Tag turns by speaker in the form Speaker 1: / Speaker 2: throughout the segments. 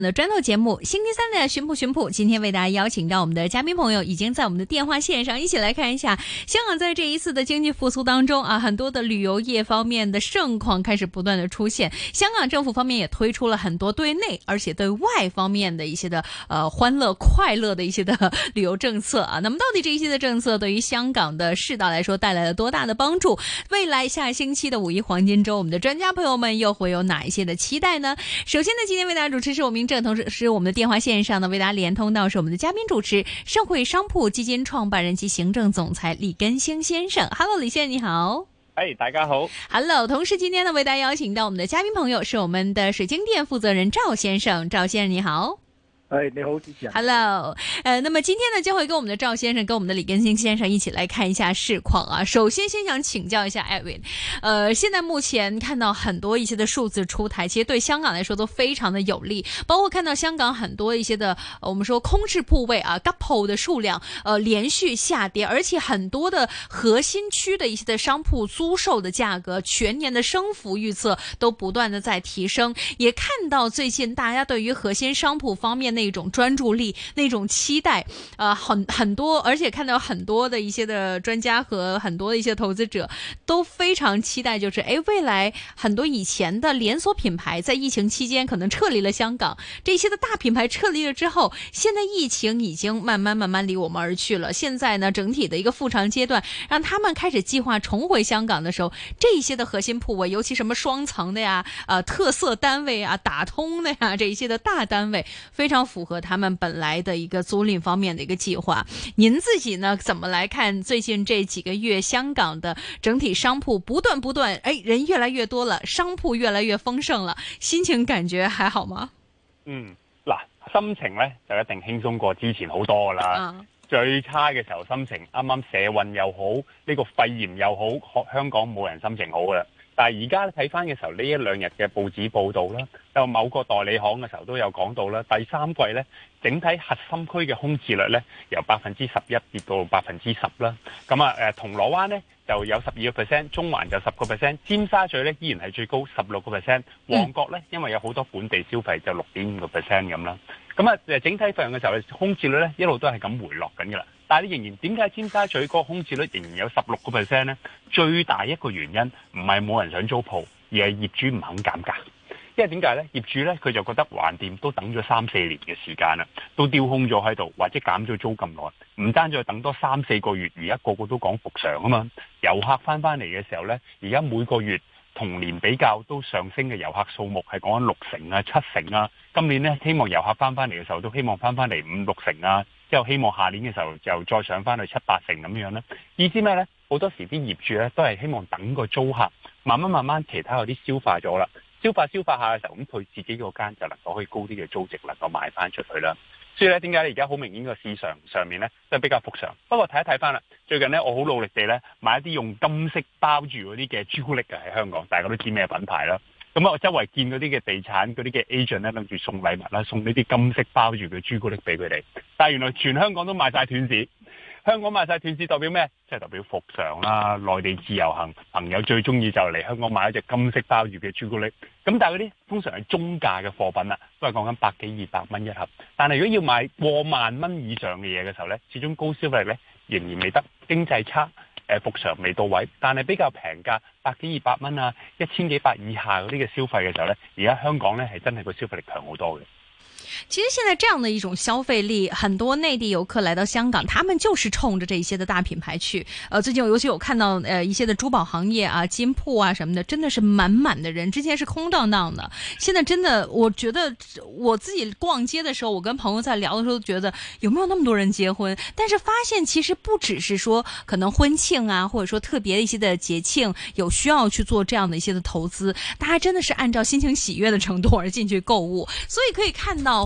Speaker 1: 的专题节目星期三的寻普，今天为大家邀请到我们的嘉宾朋友，已经在我们的电话线上，一起来看一下香港在这一次的经济复苏当中啊，很多的旅游业方面的盛况开始不断的出现，香港政府方面也推出了很多对内而且对外方面的一些的欢乐快乐的一些的旅游政策啊。那么到底这一些的政策对于香港的市道来说带来了多大的帮助？未来下星期的五一黄金周，我们的专家朋友们又会有哪一些的期待呢？首先呢，今天为大家主持是我们同时是我们的电话线上呢，为大家连通到是我们的嘉宾主持，盛汇商铺基金创办人及行政总裁李根兴先生。Hello， 李先生你好。
Speaker 2: 大家好。
Speaker 1: Hello， 同时今天呢，为大家邀请到我们的嘉宾朋友是我们的水晶店负责人赵先生。赵先生你好。
Speaker 3: 你好，主持人。
Speaker 1: Hello， 那么今天呢，将会跟我们的赵先生跟我们的李根兴先生一起来看一下市况啊。首先，先想请教一下 Edwin， 现在目前看到很多一些的数字出台，其实对香港来说都非常的有利，包括看到香港很多一些的我们说空置铺位啊 ，gap hole 的数量连续下跌，而且很多的核心区的一些的商铺租售的价格全年的升幅预测都不断的在提升，也看到最近大家对于核心商铺方面那种专注力、那种期待，很多，而且看到很多的一些的专家和很多的一些投资者都非常期待，就是未来很多以前的连锁品牌在疫情期间可能撤离了香港，这些的大品牌撤离了之后，现在疫情已经慢慢离我们而去了。现在呢，整体的一个复常阶段，让他们开始计划重回香港的时候，这一些的核心铺位，尤其什么双层的呀、特色单位啊、打通的呀，这一些的大单位，非常符合他们本来的一个租赁方面的一个计划。您自己呢怎么来看最近这几个月香港的整体商铺不断人越来越多了，商铺越来越丰盛了，心情感觉还好吗？
Speaker 2: 心情咧就一定輕鬆過之前好多噶啦。最差嘅時候心情，啱啱社運又好，呢個肺炎又好，香港冇人心情好噶啦。但係而家睇翻嘅時候，呢一兩日嘅報紙報導啦，有某個代理行嘅時候都有講到啦，第三季咧整體核心區嘅空置率咧由11%跌到10%啦。咁啊銅鑼灣咧就有12%，中環就10%，尖沙咀咧依然係最高16%，旺角咧因為有好多本地消費就6.5%咁啦。咁啊整體上嘅時候，空置率咧一路都係咁回落緊㗎啦。但係你仍然點解尖沙咀嗰個空置率仍然有16%呢？最大一個原因唔係冇人想租鋪，而係業主唔肯減價。因為點解呢？業主呢，佢就覺得橫掂都等咗3-4年嘅時間啦，都丟空咗喺度，或者減咗租咁耐，唔單止等多3-4個月，而家個個都講復常啊嘛。遊客翻嚟嘅時候呢，而家每個月同年比較都上升嘅遊客數目係講緊6成啊、7成啊。今年呢，希望遊客翻嚟嘅時候都希望翻嚟5-6成啊。之後希望下年嘅時候就再上翻去7-8成咁樣咧。意思咩呢？好多時啲業主咧都係希望等個租客慢慢其他嗰啲消化咗啦，消化下嘅時候，咁佢自己嗰間就能夠可以高啲嘅租值能夠賣翻出去啦。所以咧，點解而家好明顯個市場上面咧都係比較復常。不過睇翻啦，最近咧我好努力地咧買一啲用金色包住嗰啲嘅朱古力喺香港，大家都知咩品牌啦。咁我周圍見嗰啲嘅地產嗰啲嘅 agent 咧，諗住送禮物啦，送呢啲金色包住嘅朱古力俾佢哋。但係原來全香港都賣晒斷市。香港賣晒斷市代表咩？即係代表復常啦。內地自由行朋友最中意就嚟香港買一隻金色包住嘅朱古力。咁但係嗰啲通常係中價嘅貨品啦，都係講緊100幾200蚊一盒。但係如果要買過萬蚊以上嘅嘢嘅時候咧，始終高消費力咧仍然未得，經濟差。復常未到位，但係比較平價100幾200蚊啊，1000幾百以下嗰啲嘅消費嘅時候呢，而家香港呢係真係個消費力強好多嘅。
Speaker 1: 其實現在這樣的一種消費力，很多內地遊客來到香港，他們就是衝着這一些的大品牌去。最近尤其有看到一些的珠寶行業啊、金鋪啊什麼的，真的是滿滿的人。之前是空蕩蕩的，現在真的，我覺得我自己逛街的時候，我跟朋友在聊的時候，覺得有沒有那麼多人結婚？但是發現其實不只是說可能婚慶啊，或者說特別一些的節慶有需要去做這樣的一些的投資，大家真的是按照心情喜悅的程度而進去購物，所以可以看到。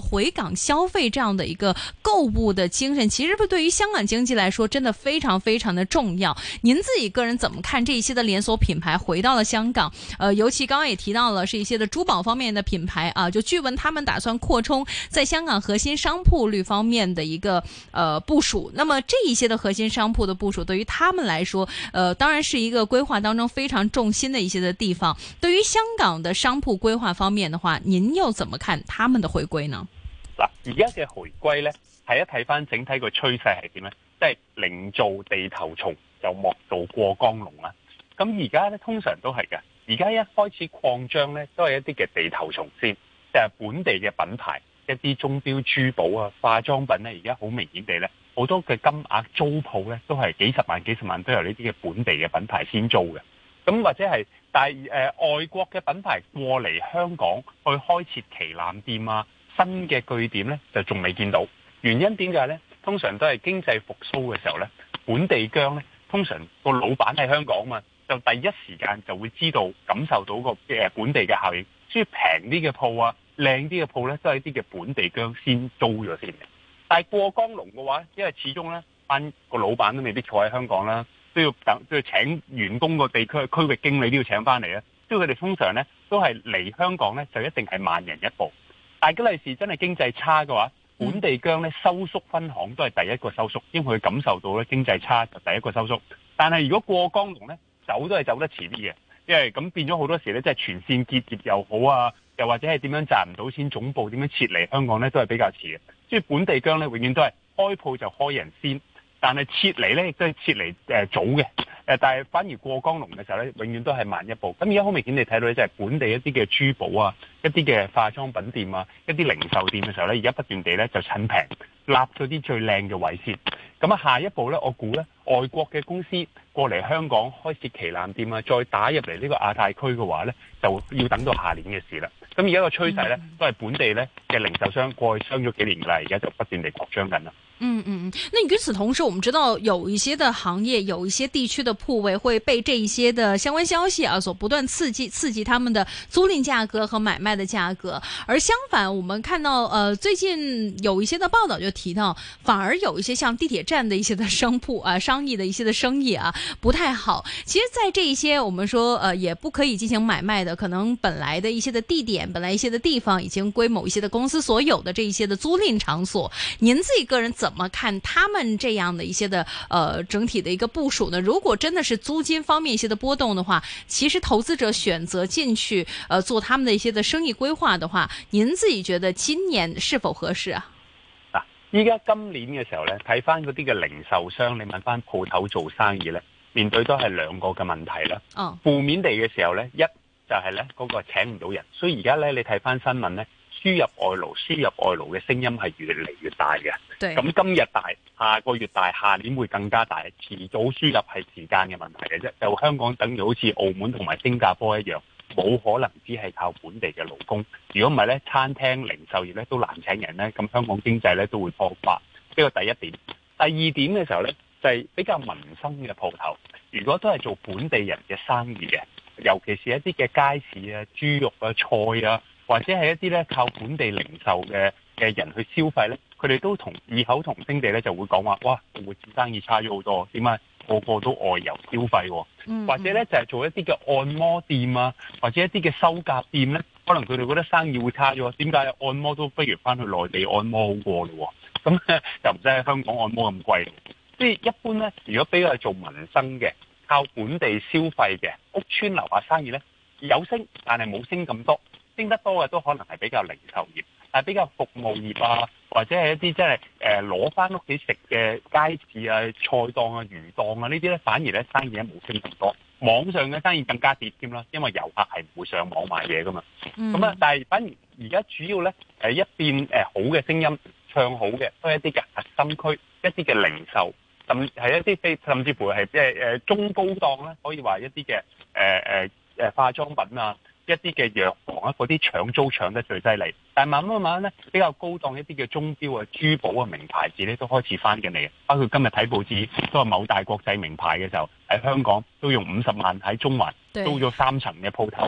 Speaker 1: 回港消費這樣的一個購物的精神，其實對於香港經濟來說真的非常非常的重要。您自己個人怎麼看這一些的連鎖品牌回到了香港？尤其剛剛也提到了是一些的珠寶方面的品牌啊，就據聞他們打算擴充在香港核心商鋪率方面的一個部署。那麼這一些的核心商鋪的部署對於他們來說，當然是一個規劃當中非常重心的一些的地方。對於香港的商鋪規劃方面的話，您又怎麼看他們的回歸呢？
Speaker 2: 嗱，而家嘅回歸呢，係一睇翻整體個趨勢係點呢？即係寧做地頭蟲，就莫做過江龍啦。咁而家呢，通常都係嘅。而家一開始擴張呢，都係一啲嘅地頭蟲先，就係本地嘅品牌，一啲鐘錶珠寶啊、化妝品呢。而家好明顯地呢，好多嘅金額租鋪呢，都係幾十萬都由呢啲嘅本地嘅品牌先租嘅。咁或者係外國嘅品牌過嚟香港去開設旗艦店啊、新嘅據點呢，就仲未見到。原因點解呢？通常都係經濟復甦嘅時候呢，本地薑呢，通常個老闆喺香港嘛，就第一時間就會知道感受到個本地嘅效應，所以平啲嘅鋪啊、靚啲嘅鋪呢，都係啲嘅本地薑先租咗先嘅。但係過江龍嘅話，因為始終呢，班個老闆都未必坐喺香港啦。都要請員工個地區域經理都要請翻嚟啊！所以佢哋通常咧都係嚟香港咧就一定係慢人一步。大吉利是真係經濟差嘅話，本地薑咧收縮分行都係第一個收縮，因為佢感受到咧經濟差就第一個收縮。但係如果過江龍咧走都係走得遲啲嘅，因為咁變咗好多時咧即係全線結業又好啊，又或者係點樣賺唔到錢，總部點樣撤離香港咧都係比較遲嘅。所以本地薑咧永遠都係開鋪就開人先。但係撤離咧，亦都係撤離早嘅，但係反而過江龍嘅時候咧，永遠都係慢一步。咁而家好明顯你睇到咧，就係本地一啲嘅珠寶啊、一啲嘅化妝品店啊、一啲零售店嘅時候咧，而家不斷地咧就趁平立咗啲最靚嘅位先。咁啊，下一步咧，我估咧外國嘅公司過嚟香港開設旗艦店啊，再打入嚟呢個亞太區嘅話咧，就要等到下年嘅事啦。咁而家個趨勢咧，都係本地咧嘅零售商過去商咗幾年㗎啦，而家就不斷地擴張緊啦。
Speaker 1: 那與此同時，我們知道有一些的行業，有一些地區的鋪位會被這一些的相關消息啊所不斷刺激他們的租賃價格和買賣的價格。而相反，我們看到最近有一些的報道就提到，反而有一些像地鐵站的一些的商鋪啊、商業的一些的生意啊不太好。其實，在這一些我們說也不可以進行買賣的，可能本來的一些的地點、本來一些的地方已經歸某一些的公司所有的這一些的租賃場所，您自己個人怎麼看他們這樣的一些的整體的一個部署呢？如果真的是租金方面一些的波動的話，其實投資者選擇進去做他們的一些的生意規劃的話，您自己覺得今年是否合適啊？
Speaker 2: 嗱，依家今年嘅時候咧，睇翻嗰啲嘅零售商，你問翻鋪頭做生意咧，面對都係兩個嘅問題啦。負面地嘅時候咧，一就係咧嗰個請唔到人，所以而家咧你睇翻新聞咧。輸入外勞嘅聲音係越嚟越大嘅。咁今日大，下個月大，下年會更加大。遲早輸入係時間嘅問題嘅啫。就香港等於好似澳門同埋新加坡一樣，冇可能只係靠本地嘅勞工。如果唔係咧，餐廳零售業咧都難請人咧，咁香港經濟咧都會破發。呢個第一點。第二點嘅時候咧，就係比較民生嘅鋪頭。如果都係做本地人嘅生意嘅，尤其是一啲嘅街市啊、豬肉啊、菜啊。或者係一啲咧靠本地零售嘅人去消費咧，佢哋都異口同聲地咧就會講話，哇，活市生意差咗好多，點解個個都外遊消費喎？或者咧就係做一啲嘅按摩店啊，或者一啲嘅修甲店咧，可能佢哋覺得生意會差咗，點解按摩都不如翻去內地按摩好過咯？咁就唔使喺香港按摩咁貴。即係一般咧，如果比較做民生嘅，靠本地消費嘅屋邨樓下生意咧，有升，但係冇升咁多。升得多嘅都可能係比較零售業，但係比較服務業啊，或者係一啲即係攞翻屋企食嘅街市啊、菜檔啊、魚檔啊呢啲咧，反而咧生意咧冇升咁多。網上嘅生意更加跌添啦，因為遊客係唔會上網買嘢噶嘛。咁啊，但係反而而家主要咧一邊好嘅聲音唱好嘅，都係一啲嘅核心區，一啲嘅零售，甚至乎係即係中高檔咧，可以話一啲嘅化妝品啊。一啲嘅藥房啊，嗰啲搶租搶得最犀利，但係慢慢咧比較高檔一啲嘅鐘錶啊、珠寶啊、名牌子咧都開始翻緊嚟，包括今日睇報紙都係某大國際名牌嘅時候喺香港都用50萬喺中環租咗3層嘅鋪頭，咁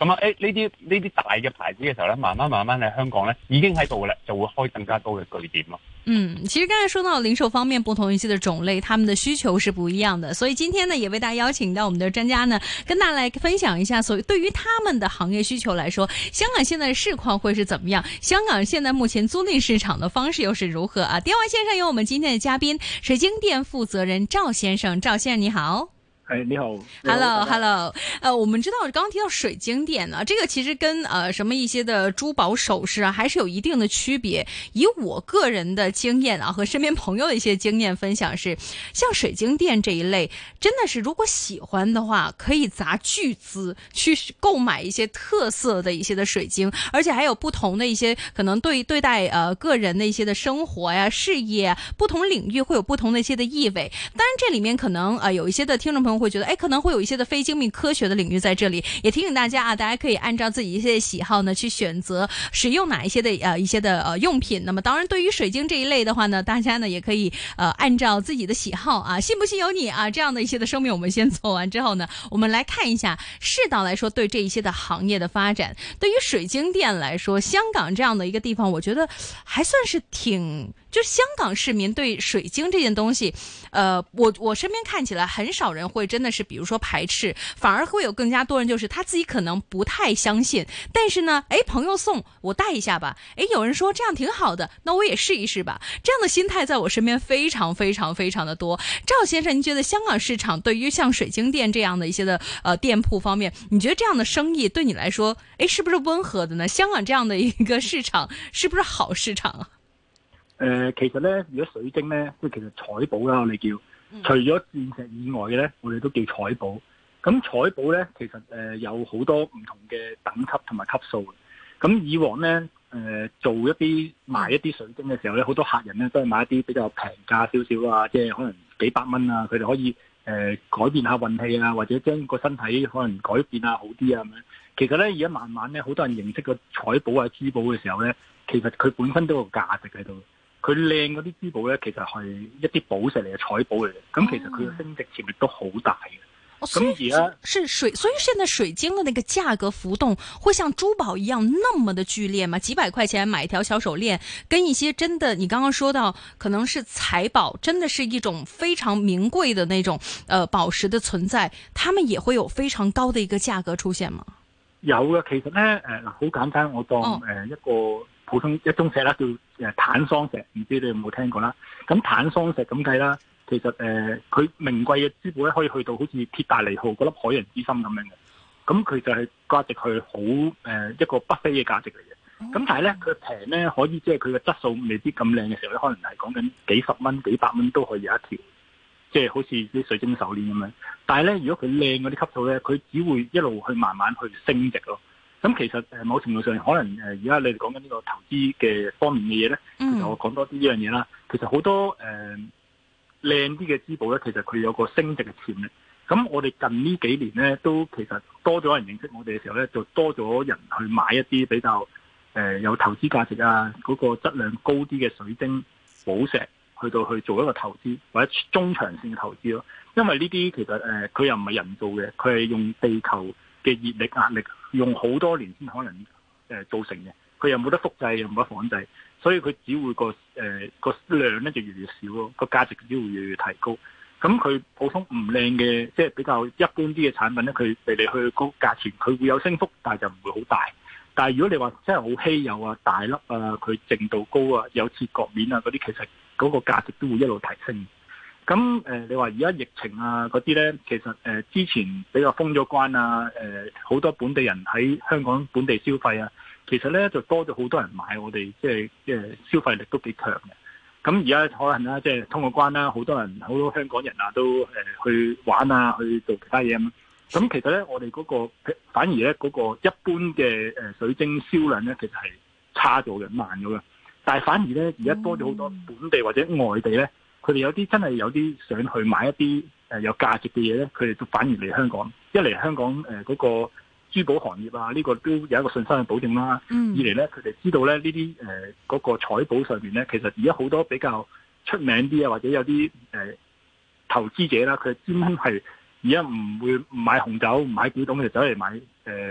Speaker 2: 咁啊，呢啲大嘅牌子嘅時候咧，慢慢喺香港咧已經喺度啦，就會開更加多嘅據點咯。
Speaker 1: 其實剛才說到零售方面不同一些的種類，他們的需求是不一樣的，所以今天呢，也為大家邀請到我們的專家呢，跟大家來分享一下，所以對於他們的行業需求來說，香港現在的市況會是怎麼樣？香港現在目前租賃市場的方式又是如何啊？電話線上有我們今天的嘉賓，水晶店負責人趙先生，趙先生你好。
Speaker 3: 你好
Speaker 1: ，Hello，我們知道剛剛提到水晶店呢，這個其實跟什麼一些的珠寶首飾啊，還是有一定的區別。以我個人的經驗啊，和身邊朋友的一些經驗分享是，像水晶店這一類，真的是如果喜歡的話，可以砸巨資去購買一些特色的一些的水晶，而且還有不同的一些可能對待個人的一些的生活呀、事業啊，不同領域會有不同的一些的意味。當然，這裡面可能有一些的聽眾朋友會覺得，可能會有一些的非精密科學的領域在這裡，也提醒大家啊，大家可以按照自己一些喜好呢，去選擇使用哪一些的一些的用品。那麼當然，對於水晶這一類的話呢，大家呢也可以按照自己的喜好啊，信不信由你啊，這樣的一些的聲明我們先做完之後呢，我們來看一下世道來說對這一些的行業的發展。對於水晶店來說，香港這樣的一個地方，我覺得還算是就是香港市民對水晶這件東西，我身邊看起來很少人會真的是比如說排斥，反而會有更加多人就是他自己可能不太相信，但是呢，朋友送我戴一下吧，有人說這樣挺好的，那我也試一試吧，這樣的心態在我身邊非常非常非常的多。趙先生，您覺得香港市場對於像水晶店這樣的一些的店鋪方面，你覺得這樣的生意對你來說，是不是溫和的呢？香港這樣的一個市場是不是好市場啊？
Speaker 3: 其實咧，如果水晶咧，即係其實彩寶啦，我哋叫，除咗鑽石以外嘅咧，我哋都叫彩寶。咁彩寶咧，其實有好多唔同嘅等級同埋級數。咁以往咧，做一啲賣一啲水晶嘅時候咧，好多客人咧都係買一啲比較平價少少啊，即係可能幾百蚊啊，佢哋可以改變下運氣啊，或者將個身體可能改變啊好啲啊咁樣。其實咧，而家慢慢咧，好多人認識個彩寶啊珠寶嘅時候咧，其實佢本身都有個價值喺度。佢靚嗰啲珠寶咧，其實係一啲寶石嚟嘅彩寶嚟嘅，咁其實佢嘅升值潛力都好大嘅。咁而家
Speaker 1: 所以現在水晶的那個價格浮動會像珠寶一樣那麼的劇烈嗎？幾百塊錢買一條小手鏈，跟一些真的你剛剛說到可能是財寶，真的是一種非常名貴的那種寶石的存在，他們也會有非常高的一個價格出現嗎？
Speaker 3: 有嘅，其實咧好簡單，我當一個普通一種石啦，叫坦桑石，唔知你有冇聽過啦？咁坦桑石咁計啦，其實佢名貴嘅珠寶咧，可以去到好似鐵達尼號嗰粒海洋之心咁樣嘅，咁佢就係價值係好一個不菲嘅價值嚟嘅。咁但係咧，佢平咧可以即係佢嘅質素未必咁靚嘅時候咧，可能係講緊幾十蚊、幾百蚊都可以有一條，即係好似啲水晶手鏈咁樣。但係咧，如果佢靚嗰啲級數咧，佢只會一路去慢慢去升值咯。咁其實某程度上可能而家你哋講緊呢個投資嘅方面嘅嘢咧，其實我講多啲呢樣嘢啦。其實好多靚啲嘅珠寶咧，其實佢有個升值嘅潛力。咁我哋近呢幾年咧，都其實多咗人認識我哋嘅時候咧，就多咗人去買一啲比較有投資價值啊，嗰個質量高啲嘅水晶寶石，去做一個投資或者中長線嘅投資咯。因為呢啲其實佢又唔係人造嘅，佢係用地球嘅熱力壓力，用好多年先可能造成嘅。佢又冇得複製，又冇得仿製，所以佢只會個量咧就越嚟越少咯，個價值只會越嚟越提高。咁佢普通唔靚嘅，即係比較一般啲嘅產品咧，佢嚟嚟去個價錢佢會有升幅，但係就唔會好大。但係如果你話真係好稀有啊、大粒啊、佢淨度高啊、有切割面啊嗰啲，其實嗰個價值都會一路提升。咁你話而家疫情啊嗰啲咧，其實之前比較封咗關啊，好多本地人喺香港本地消費啊，其實咧就多咗好多人買我哋，即係消費力都幾強嘅。咁而家可能啦，即係通過關啦，好多香港人啊都去玩啊，去做其他嘢咁。咁其實咧，我哋嗰個反而咧嗰個一般嘅水晶銷量咧，其實係差咗嘅，慢咗嘅。但係反而咧，而家多咗好多本地或者外地咧，佢哋有啲真係有啲想去買一啲有價值嘅嘢咧，佢哋都反而嚟香港。一嚟香港嗰個珠寶行業啊，呢個都有一個信心嘅保證啦。二嚟咧，佢哋知道咧呢啲嗰個彩寶上面咧，其實而家好多比較出名啲啊，或者有啲投資者啦，佢專門係而家唔會唔買紅酒、唔買古董，就走嚟買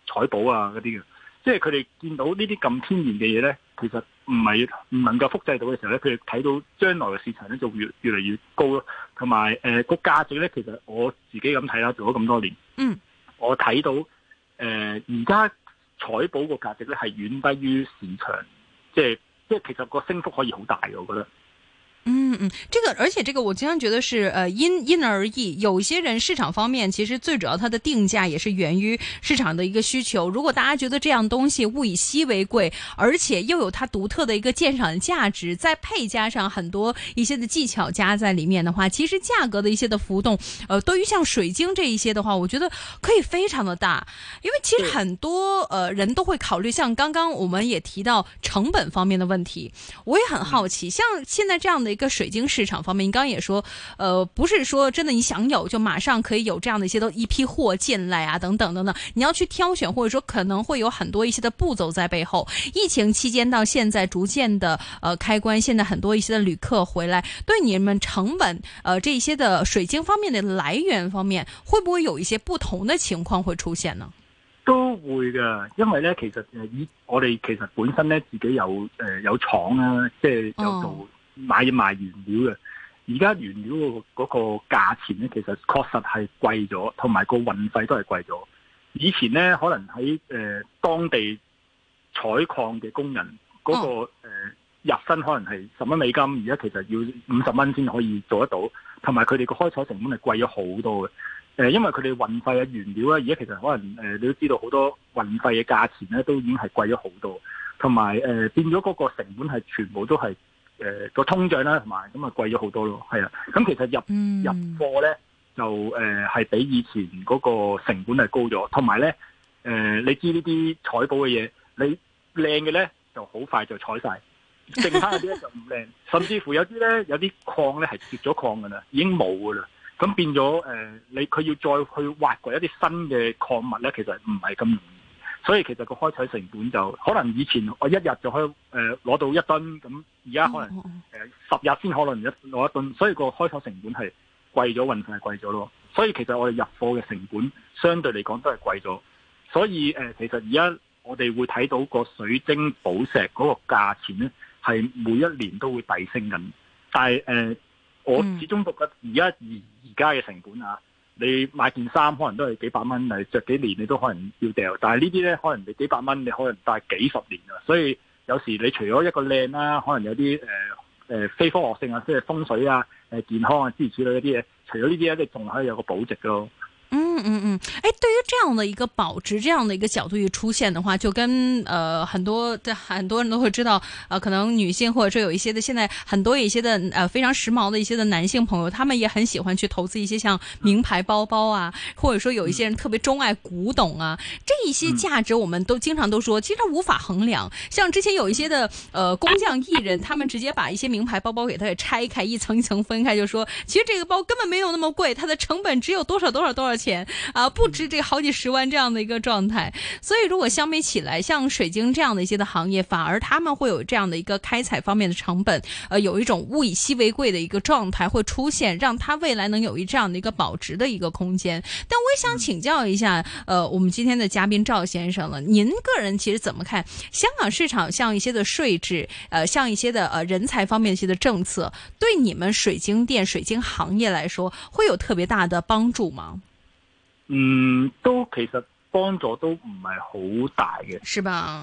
Speaker 3: 採寶啊嗰啲嘅，即係佢哋見到呢啲咁天然嘅嘢咧，其實唔能夠複製到嘅時候咧，佢哋睇到將來嘅市場咧就越嚟越高咯，同埋個價值咧，其實我自己咁睇啦，做咗咁多年，我睇到而家採寶個價值咧係遠低於市場，即係其實個升幅可以好大嘅，我覺得。
Speaker 1: 而且這個我經常覺得是因人而異，有些人市場方面其實最主要它的定價也是源於市場的一個需求。如果大家覺得這樣東西物以稀為貴，而且又有它獨特的一個鑑賞的價值，再配加上很多一些的技巧加在裏面的話，其實價格的一些的浮動，對於像水晶這一些的話，我覺得可以非常的大。因為其實很多人都會考慮，像剛剛我們也提到成本方面的問題，我也很好奇，像現在這樣的一個水晶市場方面，你剛剛也說，不是說真的你想有就馬上可以有這樣的一批貨進來啊，等等等等，你要去挑選，或者說可能會有很多一些的步驟在背後。疫情期間到現在逐漸的開關，現在很多一些的旅客回來，對你們成本這一些的水晶方面的來源方面，會不會有一些不同的情況會出現呢？
Speaker 3: 都會㗎，因為咧其實我哋其實本身咧自己有廠啦，即係有做賣原料嘅。而家原料嗰個價錢咧，其實確實係貴咗，同埋個運費都係貴咗。以前咧可能喺當地採礦嘅工人嗰個入薪可能係10蚊美金，而家其實要50蚊先可以做得到，同埋佢哋個開採成本係貴咗好多嘅。因為佢哋運費嘅原料咧，而家其實可能你都知道好多運費嘅價錢咧都已經係貴咗好多，同埋變咗嗰個成本係全部都係個通脹啦，同埋咁啊貴咗好多咯，係啊。咁其實入貨咧就係比以前嗰個成本係高咗，同埋咧你知呢啲採寶嘅嘢，你靚嘅咧就好快就採晒，剩翻嗰啲咧就唔靚，甚至乎有啲礦咧係脫咗礦噶啦，已經冇噶啦。咁變咗佢要再去挖掘一啲新嘅礦物咧，其實唔係咁容易，所以其實個開採成本就可能以前我一日就可以攞到1噸，咁而家可能10日先可能攞1噸，所以個開採成本係貴咗，運費係貴咗咯。所以其實我哋入貨嘅成本相對嚟講都係貴咗，所以其實而家我哋會睇到個水晶寶石嗰個價錢咧係每一年都會遞升緊，但係我始終覺得而家嘅成本啊，你買件衫可能都係幾百蚊，嚟着幾年你都可能要掉。但係呢啲咧，可能你幾百蚊，你可能戴幾十年啊。所以有時你除咗一個靚啦，可能有啲非科學性啊，即係風水啊、健康啊諸如此類嗰啲嘢，除咗呢啲咧，你仲可以有個保值咯。
Speaker 1: 對於這樣的一個保值這樣的一個角度一出現的話，就跟很多人都會知道，可能女性或者說有一些的現在很多一些的非常時髦的一些的男性朋友，他們也很喜歡去投資一些像名牌包包啊，或者說有一些人特別鍾愛古董啊，這一些價值我們都經常都說，其實無法衡量。像之前有一些的工匠藝人，他們直接把一些名牌包包給它給拆開，一層一層分開，就說其實這個包根本沒有那麼貴，它的成本只有多少錢啊，不止這個好幾十萬這樣的一個狀態。所以如果相比起來，像水晶這樣的一些的行業，反而他們會有這樣的一個開採方面的成本，有一種物以稀為貴的一個狀態會出現，讓它未來能有這樣的一個保值的一個空間。但我也想請教一下，我們今天的嘉賓趙先生了，您個人其實怎麼看香港市場像一些的稅制，像一些的人才方面一些的政策，對你們水晶店、水晶行業來說，會有特別大的幫助嗎？
Speaker 3: 都其實幫助都唔係好大嘅，
Speaker 1: 是吧？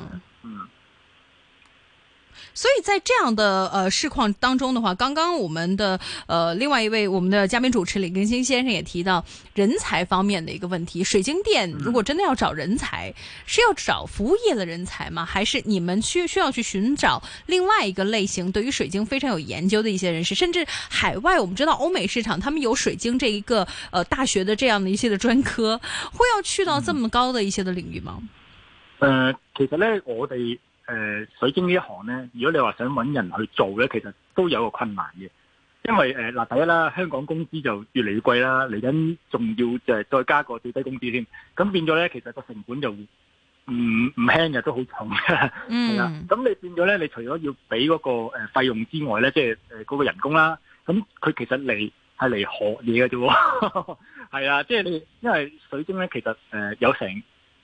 Speaker 1: 所以在這樣的市況當中的話，剛剛我們的另外一位我們的嘉賓主持李根興先生也提到人才方面的一個問題。水晶店如果真的要找人才，是要找服務業的人才嗎？還是你們需要去尋找另外一個類型，對於水晶非常有研究的一些人士？甚至海外我們知道歐美市場他們有水晶這一個大學的這樣的一些的專科，會要去到這麼高的一些的領域嗎？
Speaker 3: 其實呢，我哋水晶呢一行呢，如果你話想揾人去做呢，其實都有個困難嘅，因為第一啦，香港工資就越嚟越貴啦，嚟緊仲要就係再加個最低工資添，咁變咗呢，其實個成本就唔輕嘅，都好重嘅，係啊，咁你變咗呢，你除咗要俾嗰個費用之外呢，即係嗰個人工啦，咁佢其實係嚟學嘢嘅啫喎，係啊，即係你因為水晶呢，其實有成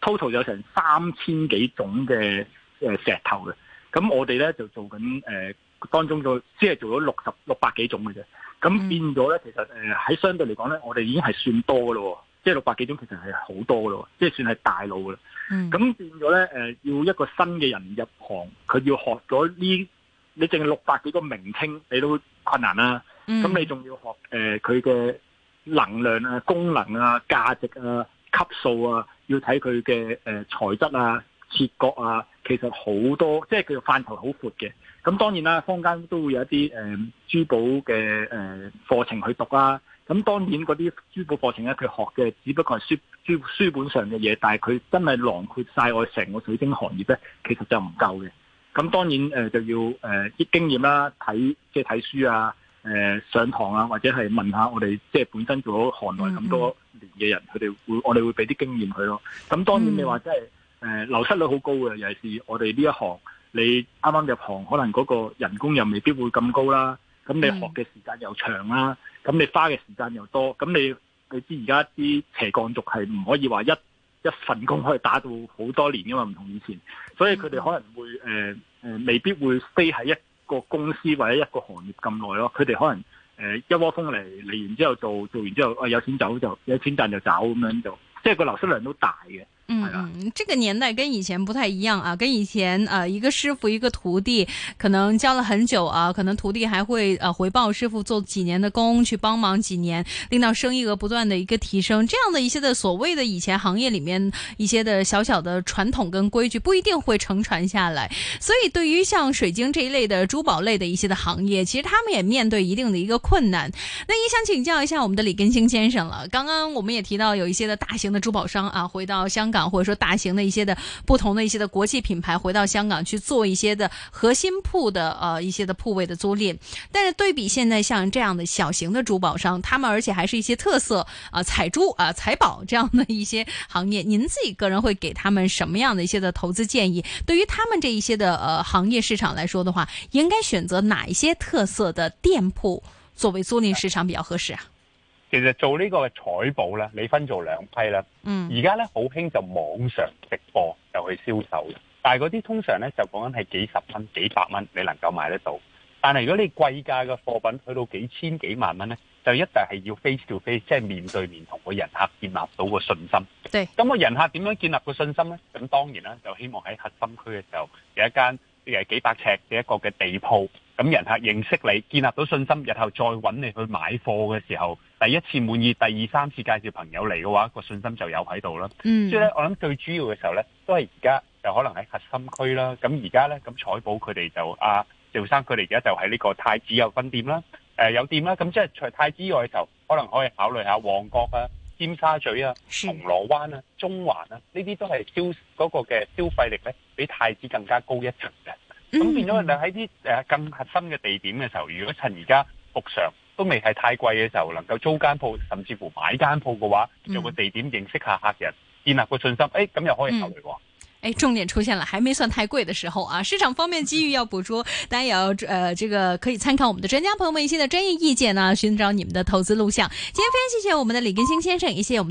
Speaker 3: total 有成3000幾種嘅石頭嘅。咁我哋咧就做緊當中只係做咗600幾種嘅啫。咁變咗咧，其實喺相對嚟講咧，我哋已經係算多嘅咯。即係600幾種，其實係好多嘅咯，即係算係大路嘅啦。咁變咗咧，要一個新嘅人入行，佢要學咗呢，你淨係600幾個名稱，你都困難啦。咁你仲要學佢嘅能量啊、功能啊、價值啊、級數啊，要睇佢嘅材質啊、切割啊，其實好多，即係佢嘅範疇好闊嘅。咁當然啦，坊間都會有一啲珠寶嘅課程去讀啦。咁當然嗰啲珠寶課程咧，佢學嘅只不過係書本上嘅嘢，但係佢真係囊括晒我成個水晶行業咧，其實就唔夠嘅。咁當然就要啲經驗啦，睇書啊，上堂啊，或者係問下我哋即係本身做咗行內咁多年嘅人，我哋會俾啲經驗佢咯。咁當然你話即係流失率好高嘅，尤其是我哋呢一行。你啱啱入行，可能嗰個人工又未必會咁高啦。咁你學嘅時間又長啦，咁你花嘅時間又多。咁你知而家啲斜槓族係唔可以話一份工可以打到好多年噶嘛，唔同以前。所以佢哋可能會未必會 stay 喺一個公司或者一個行業咁耐咯。佢哋可能一窩蜂嚟完之後做完之後，有錢走就有錢賺就走咁樣就，即係個流失量都大嘅。
Speaker 1: 這個年代跟以前不太一樣啊，跟以前一個師傅一個徒弟，可能教了很久啊，可能徒弟還會回報師傅做幾年的工，去幫忙幾年，令到生意額不斷的一個提升，這樣的一些的所謂的以前行業裏面一些的小小的傳統跟規矩，不一定會承傳下來。所以對於像水晶這一類的珠寶類的一些的行業，其實他們也面對一定的一個困難。那也想請教一下我們的李根興先生了。剛剛我們也提到有一些的大型的珠寶商啊，回到香港，或者說大型的一些的不同的一些的國際品牌回到香港去做一些的核心鋪的一些的鋪位的租賃，但是對比現在像這樣的小型的珠寶商，他們而且還是一些特色彩珠財寶這樣的一些行業，您自己個人會給他們什麼樣的一些的投資建議？對於他們這一些的行業市場來說的話，應該選擇哪一些特色的店鋪作為租賃市場比較合適啊？
Speaker 2: 其實做呢個彩寶咧，你分做兩批啦。而家咧好興就網上直播就去銷售嘅，但係嗰啲通常咧就講緊係幾十蚊、幾百蚊你能夠買得到。但係如果你貴價嘅貨品去到幾千幾萬蚊咧，就一定係要 face to face， 即係面對面同個人客建立到個信心。對，咁個人客點樣建立個信心咧？咁當然啦，就希望喺核心區嘅時候有一間幾百尺嘅一個嘅地鋪。咁人客認識你，建立到信心，日後再揾你去買貨嘅時候，第一次滿意，第二三次介紹朋友嚟嘅話，個信心就有喺度啦。所以咧，我諗最主要嘅時候咧，都係而家就可能喺核心區啦。咁而家咧，咁彩寶佢哋就趙生佢哋而家就喺呢個太子有分店啦，有店啦。咁即係除太子以外嘅時候，可能可以考慮下旺角啊、尖沙咀啊、銅鑼灣啊、中環啊，呢啲都係嗰個嘅消費力咧，比太子更加高一層嘅。咁變咗你喺啲更核心嘅地點嘅時候，如果趁而家復常都未係太貴嘅時候，能夠租間鋪，甚至乎買間鋪嘅話，做個地點認識下客人，建立個信心，咁又可以考慮喎。
Speaker 1: 重點出現了，還沒算太貴的時候啊！市場方面機遇要捕捉，當然也要這個可以參考我們的專家朋友們一些的專業意見呢，尋找你們的投資路向。今天非常謝謝我們的李根興先生，也謝謝我們。